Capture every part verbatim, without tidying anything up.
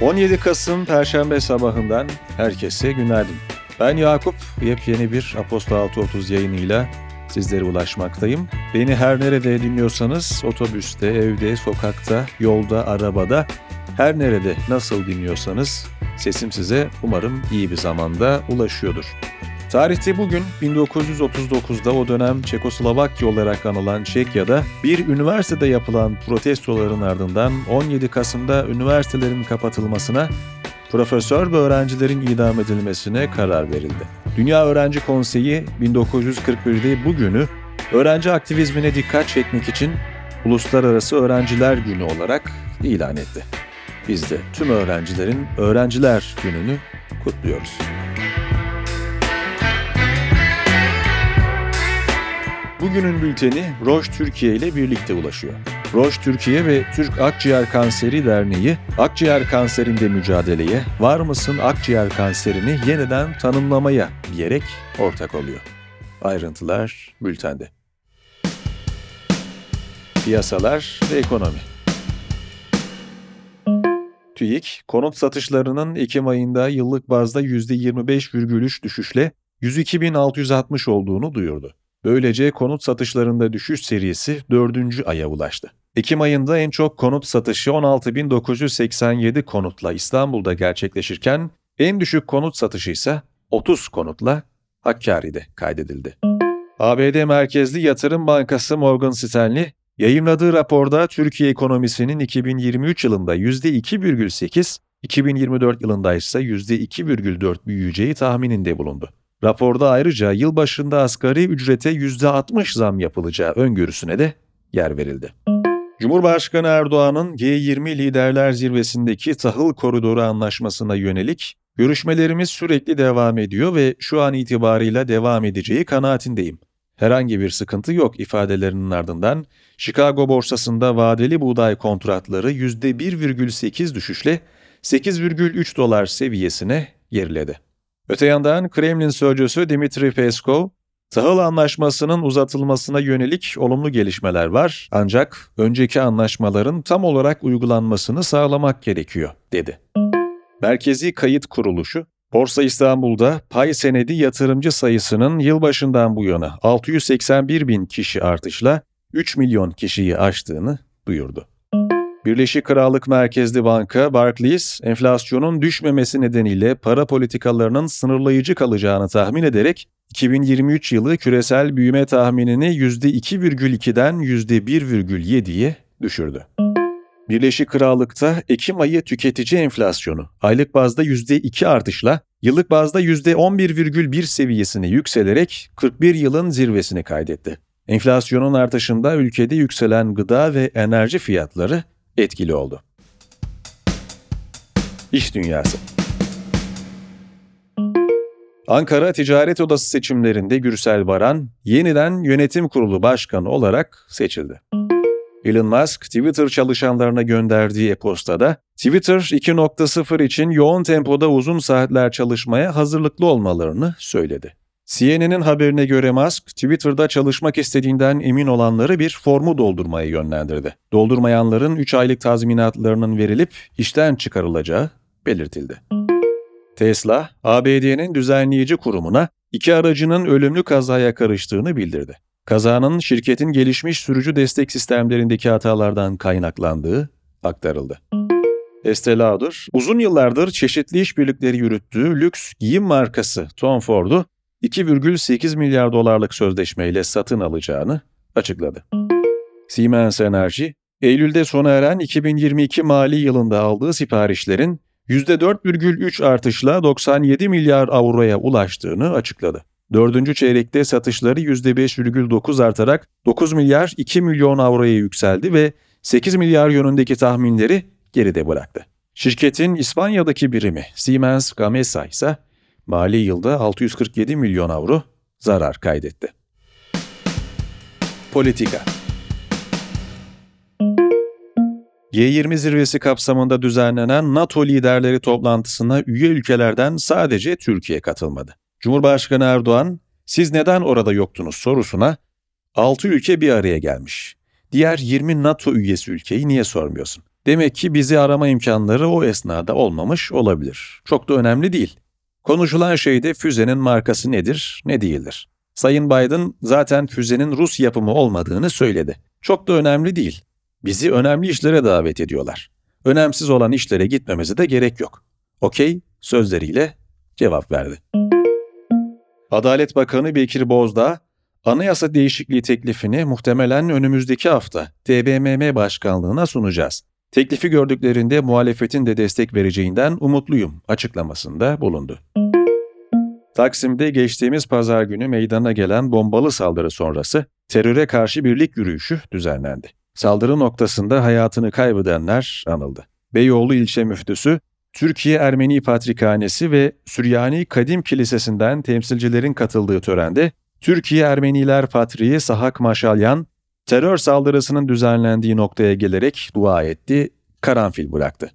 on yedi Kasım Perşembe sabahından herkese günaydın. Ben Yakup, yepyeni bir Apostol altı otuz yayınıyla sizlere ulaşmaktayım. Beni her nerede dinliyorsanız, otobüste, evde, sokakta, yolda, arabada, her nerede nasıl dinliyorsanız sesim size umarım iyi bir zamanda ulaşıyordur. Tarihte bugün bin dokuz yüz otuz dokuzda o dönem Çekoslovakya olarak anılan Çekya'da bir üniversitede yapılan protestoların ardından on yedi Kasım'da üniversitelerin kapatılmasına, profesör ve öğrencilerin idam edilmesine karar verildi. Dünya Öğrenci Konseyi bin dokuz yüz kırk birde bugünü öğrenci aktivizmine dikkat çekmek için Uluslararası Öğrenciler Günü olarak ilan etti. Biz de tüm öğrencilerin Öğrenciler Günü'nü kutluyoruz. Bugünün bülteni Roche Türkiye ile birlikte ulaşıyor. Roche Türkiye ve Türk Akciğer Kanseri Derneği, akciğer kanserinde mücadeleye, var mısın akciğer kanserini yeniden tanımlamaya diyerek ortak oluyor. Ayrıntılar bültende. Piyasalar ve ekonomi. TÜİK, konut satışlarının Ekim ayında yıllık bazda yüzde yirmi beş virgül üç düşüşle yüz iki bin altı yüz altmış olduğunu duyurdu. Böylece konut satışlarında düşüş serisi dördüncü aya ulaştı. Ekim ayında en çok konut satışı on altı bin dokuz yüz seksen yedi konutla İstanbul'da gerçekleşirken en düşük konut satışı ise otuz konutla Hakkari'de kaydedildi. A B D merkezli yatırım bankası Morgan Stanley, yayımladığı raporda Türkiye ekonomisinin iki bin yirmi üç yılında yüzde iki virgül sekiz, iki bin yirmi dört yılında ise yüzde iki virgül dört büyüyeceği tahmininde bulundu. Raporda ayrıca yılbaşında asgari ücrete yüzde altmış zam yapılacağı öngörüsüne de yer verildi. Cumhurbaşkanı Erdoğan'ın G yirmi Liderler Zirvesi'ndeki tahıl koridoru anlaşmasına yönelik görüşmelerimiz sürekli devam ediyor ve şu an itibarıyla devam edeceği kanaatindeyim. Herhangi bir sıkıntı yok ifadelerinin ardından Chicago borsasında vadeli buğday kontratları yüzde bir virgül sekiz düşüşle sekiz virgül üç dolar seviyesine geriledi. Öte yandan Kremlin sözcüsü Dmitri Peskov, tahıl anlaşmasının uzatılmasına yönelik olumlu gelişmeler var ancak önceki anlaşmaların tam olarak uygulanmasını sağlamak gerekiyor, dedi. Merkezi Kayıt Kuruluşu, Borsa İstanbul'da pay senedi yatırımcı sayısının yılbaşından bu yana altı yüz seksen bir bin kişi artışla üç milyon kişiyi aştığını duyurdu. Birleşik Krallık merkezli banka Barclays, enflasyonun düşmemesi nedeniyle para politikalarının sınırlayıcı kalacağını tahmin ederek iki bin yirmi üç yılı küresel büyüme tahminini yüzde iki virgül ikiden yüzde bir virgül yediye düşürdü. Birleşik Krallık'ta Ekim ayı tüketici enflasyonu aylık bazda yüzde iki artışla yıllık bazda yüzde on bir virgül bir seviyesine yükselerek kırk bir yılın zirvesini kaydetti. Enflasyonun artışında ülkede yükselen gıda ve enerji fiyatları etkili oldu. İş dünyası. Ankara Ticaret Odası seçimlerinde Gürsel Baran yeniden yönetim kurulu başkanı olarak seçildi. Elon Musk, Twitter çalışanlarına gönderdiği e-postada, Twitter iki nokta sıfır için yoğun tempoda uzun saatler çalışmaya hazırlıklı olmalarını söyledi. C N N'in haberine göre Musk, Twitter'da çalışmak istediğinden emin olanları bir formu doldurmaya yönlendirdi. Doldurmayanların üç aylık tazminatlarının verilip işten çıkarılacağı belirtildi. Tesla, A B D'nin düzenleyici kurumuna iki aracının ölümlü kazaya karıştığını bildirdi. Kazanın şirketin gelişmiş sürücü destek sistemlerindeki hatalardan kaynaklandığı aktarıldı. Estée Lauder, uzun yıllardır çeşitli işbirlikleri yürüttüğü lüks giyim markası Tom Ford'u iki virgül sekiz milyar dolarlık sözleşmeyle satın alacağını açıkladı. Siemens Enerji, Eylül'de sona eren iki bin yirmi iki mali yılında aldığı siparişlerin yüzde dört virgül üç artışla doksan yedi milyar avroya ulaştığını açıkladı. Dördüncü çeyrekte satışları yüzde beş virgül dokuz artarak dokuz milyar iki milyon avroya yükseldi ve sekiz milyar yönündeki tahminleri geride bıraktı. Şirketin İspanya'daki birimi Siemens Gamesa ise mali yılda altı yüz kırk yedi milyon avro zarar kaydetti. Politika. G yirmi zirvesi kapsamında düzenlenen NATO liderleri toplantısına üye ülkelerden sadece Türkiye katılmadı. Cumhurbaşkanı Erdoğan, "Siz neden orada yoktunuz?" sorusuna altı ülke bir araya gelmiş. Diğer yirmi NATO üyesi ülkeyi niye sormuyorsun? Demek ki bizi arama imkanları o esnada olmamış olabilir. Çok da önemli değil. Konuşulan şey de füzenin markası nedir, ne değildir. Sayın Biden zaten füzenin Rus yapımı olmadığını söyledi. Çok da önemli değil. Bizi önemli işlere davet ediyorlar. Önemsiz olan işlere gitmemize de gerek yok. Okey, sözleriyle cevap verdi. Adalet Bakanı Bekir Bozdağ, anayasa değişikliği teklifini muhtemelen önümüzdeki hafta T B M M Başkanlığı'na sunacağız. Teklifi gördüklerinde muhalefetin de destek vereceğinden umutluyum açıklamasında bulundu. Taksim'de geçtiğimiz pazar günü meydana gelen bombalı saldırı sonrası teröre karşı birlik yürüyüşü düzenlendi. Saldırı noktasında hayatını kaybedenler anıldı. Beyoğlu ilçe müftüsü, Türkiye Ermeni Patrikhanesi ve Süryani Kadim Kilisesi'nden temsilcilerin katıldığı törende Türkiye Ermeniler Patriği Sahak Maşalyan, terör saldırısının düzenlendiği noktaya gelerek dua etti, karanfil bıraktı.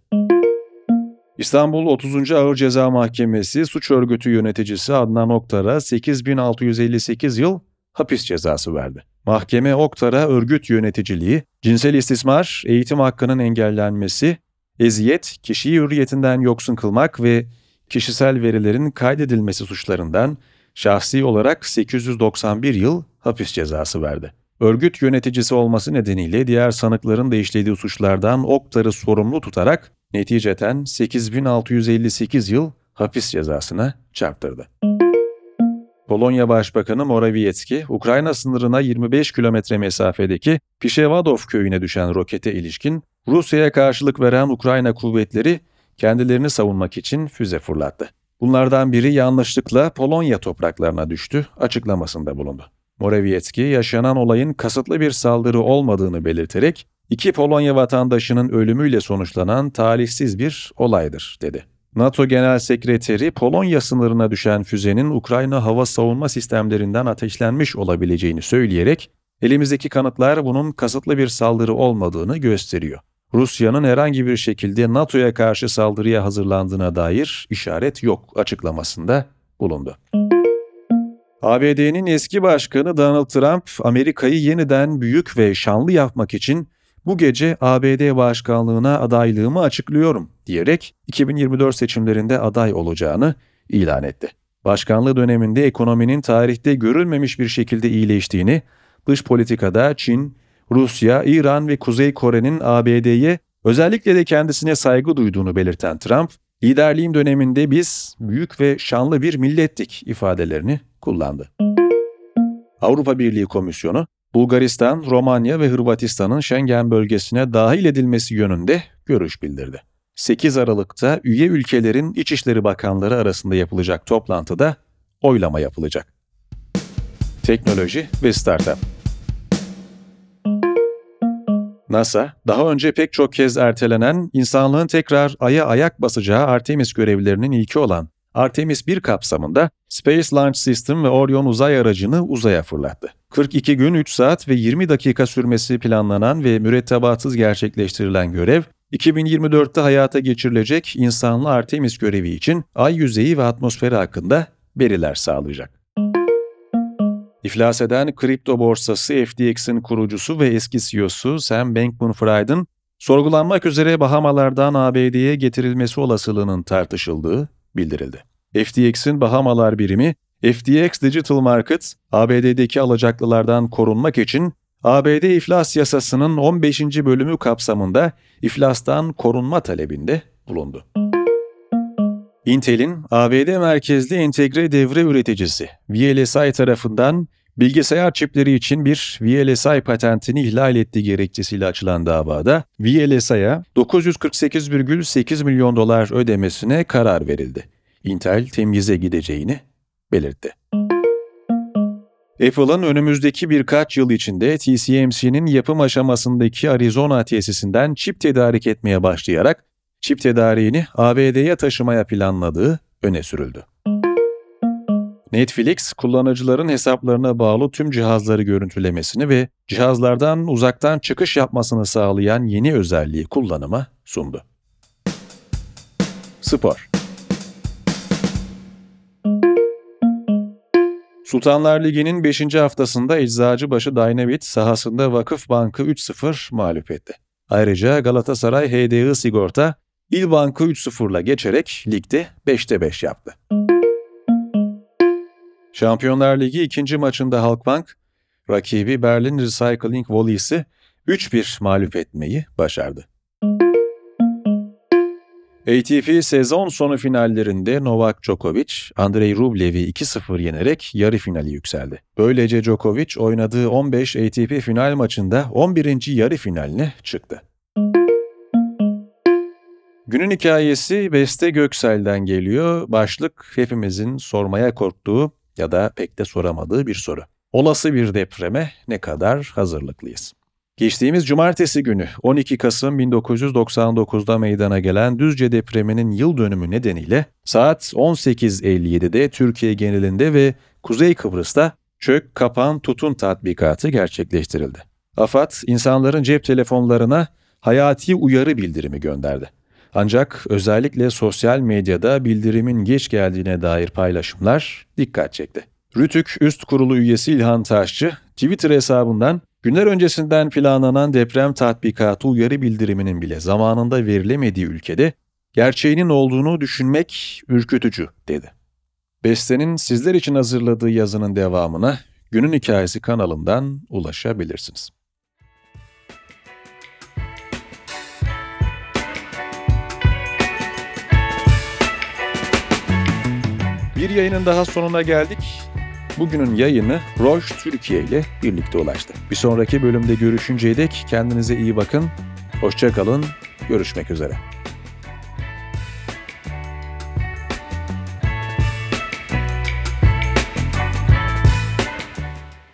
İstanbul otuzuncu Ağır Ceza Mahkemesi suç örgütü yöneticisi Adnan Oktar'a sekiz bin altı yüz elli sekiz yıl hapis cezası verdi. Mahkeme Oktar'a örgüt yöneticiliği, cinsel istismar, eğitim hakkının engellenmesi, eziyet, kişiyi hürriyetinden yoksun kılmak ve kişisel verilerin kaydedilmesi suçlarından şahsi olarak sekiz yüz doksan bir yıl hapis cezası verdi. Örgüt yöneticisi olması nedeniyle diğer sanıkların da işlediği suçlardan Oktar'ı sorumlu tutarak neticeten sekiz bin altı yüz elli sekiz yıl hapis cezasına çarptırdı. Polonya Başbakanı Morawiecki, Ukrayna sınırına yirmi beş kilometre mesafedeki Pişevadov köyüne düşen rokete ilişkin Rusya'ya karşılık veren Ukrayna kuvvetleri kendilerini savunmak için füze fırlattı. Bunlardan biri yanlışlıkla Polonya topraklarına düştü açıklamasında bulundu. Morawiecki, yaşanan olayın kasıtlı bir saldırı olmadığını belirterek, iki Polonya vatandaşının ölümüyle sonuçlanan talihsiz bir olaydır, dedi. NATO Genel Sekreteri, Polonya sınırına düşen füzenin Ukrayna hava savunma sistemlerinden ateşlenmiş olabileceğini söyleyerek, elimizdeki kanıtlar bunun kasıtlı bir saldırı olmadığını gösteriyor. Rusya'nın herhangi bir şekilde NATO'ya karşı saldırıya hazırlandığına dair işaret yok açıklamasında bulundu. A B D'nin eski başkanı Donald Trump, Amerika'yı yeniden büyük ve şanlı yapmak için bu gece A B D başkanlığına adaylığımı açıklıyorum diyerek iki bin yirmi dört seçimlerinde aday olacağını ilan etti. Başkanlığı döneminde ekonominin tarihte görülmemiş bir şekilde iyileştiğini, dış politikada Çin, Rusya, İran ve Kuzey Kore'nin A B D'ye özellikle de kendisine saygı duyduğunu belirten Trump, liderliğim döneminde biz büyük ve şanlı bir millettik ifadelerini kullandı. Avrupa Birliği Komisyonu, Bulgaristan, Romanya ve Hırvatistan'ın Schengen bölgesine dahil edilmesi yönünde görüş bildirdi. sekiz Aralık'ta üye ülkelerin İçişleri Bakanları arasında yapılacak toplantıda oylama yapılacak. Teknoloji ve Startup. NASA, daha önce pek çok kez ertelenen, insanlığın tekrar Ay'a ayak basacağı Artemis görevlerinin ilki olan Artemis bir kapsamında Space Launch System ve Orion uzay aracını uzaya fırlattı. kırk iki gün üç saat ve yirmi dakika sürmesi planlanan ve mürettebatsız gerçekleştirilen görev, iki bin yirmi dörtte hayata geçirilecek insanlı Artemis görevi için Ay yüzeyi ve atmosferi hakkında veriler sağlayacak. İflas eden kripto borsası F T X'in kurucusu ve eski C E O'su Sam Bankman-Fried'in sorgulanmak üzere Bahamalardan A B D'ye getirilmesi olasılığının tartışıldığı bildirildi. F T X'in Bahamalar birimi, F T X Digital Markets, A B D'deki alacaklılardan korunmak için A B D İflas Yasası'nın on beşinci bölümü kapsamında iflastan korunma talebinde bulundu. Intel'in A B D merkezli entegre devre üreticisi V L S I tarafından bilgisayar çipleri için bir V L S I patentini ihlal ettiği gerekçesiyle açılan davada V L S I'ya dokuz yüz kırk sekiz virgül sekiz milyon dolar ödemesine karar verildi. Intel temyize gideceğini belirtti. Apple'ın önümüzdeki birkaç yıl içinde T S M C'nin yapım aşamasındaki Arizona tesisinden çip tedarik etmeye başlayarak çip tedariğini A B D'ye taşımaya planladığı öne sürüldü. Netflix, kullanıcıların hesaplarına bağlı tüm cihazları görüntülemesini ve cihazlardan uzaktan çıkış yapmasını sağlayan yeni özelliği kullanıma sundu. Spor. Sultanlar Ligi'nin beşinci haftasında Eczacıbaşı Dynamit sahasında Vakıfbank'ı üç sıfır mağlup etti. Ayrıca Galatasaray H D I Sigorta İlbank'ı üç sıfırla geçerek ligde beşte beş yaptı. Şampiyonlar Ligi ikinci maçında Halkbank, rakibi Berlin Recycling Volleys'i üç bir mağlup etmeyi başardı. A T P sezon sonu finallerinde Novak Djokovic, Andrei Rublev'i iki sıfır yenerek yarı finale yükseldi. Böylece Djokovic oynadığı on beş A T P final maçında on birinci yarı finaline çıktı. Günün hikayesi Beste Göksel'den geliyor. Başlık hepimizin sormaya korktuğu ya da pek de soramadığı bir soru. Olası bir depreme ne kadar hazırlıklıyız? Geçtiğimiz cumartesi günü on iki Kasım bin dokuz yüz doksan dokuzda meydana gelen Düzce depreminin yıl dönümü nedeniyle saat on sekiz elli yedide Türkiye genelinde ve Kuzey Kıbrıs'ta çök, kapan, tutun tatbikatı gerçekleştirildi. AFAD, insanların cep telefonlarına hayati uyarı bildirimi gönderdi. Ancak özellikle sosyal medyada bildirimin geç geldiğine dair paylaşımlar dikkat çekti. Rütük Üst Kurulu üyesi İlhan Taşçı, Twitter hesabından günler öncesinden planlanan deprem tatbikatı uyarı bildiriminin bile zamanında verilemediği ülkede gerçeğinin olduğunu düşünmek ürkütücü dedi. Beste'nin sizler için hazırladığı yazının devamına Günün Hikayesi kanalından ulaşabilirsiniz. Bir yayının daha sonuna geldik. Bugünün yayını Roche Türkiye ile birlikte ulaştı. Bir sonraki bölümde görüşünceye dek kendinize iyi bakın. Hoşça kalın. Görüşmek üzere.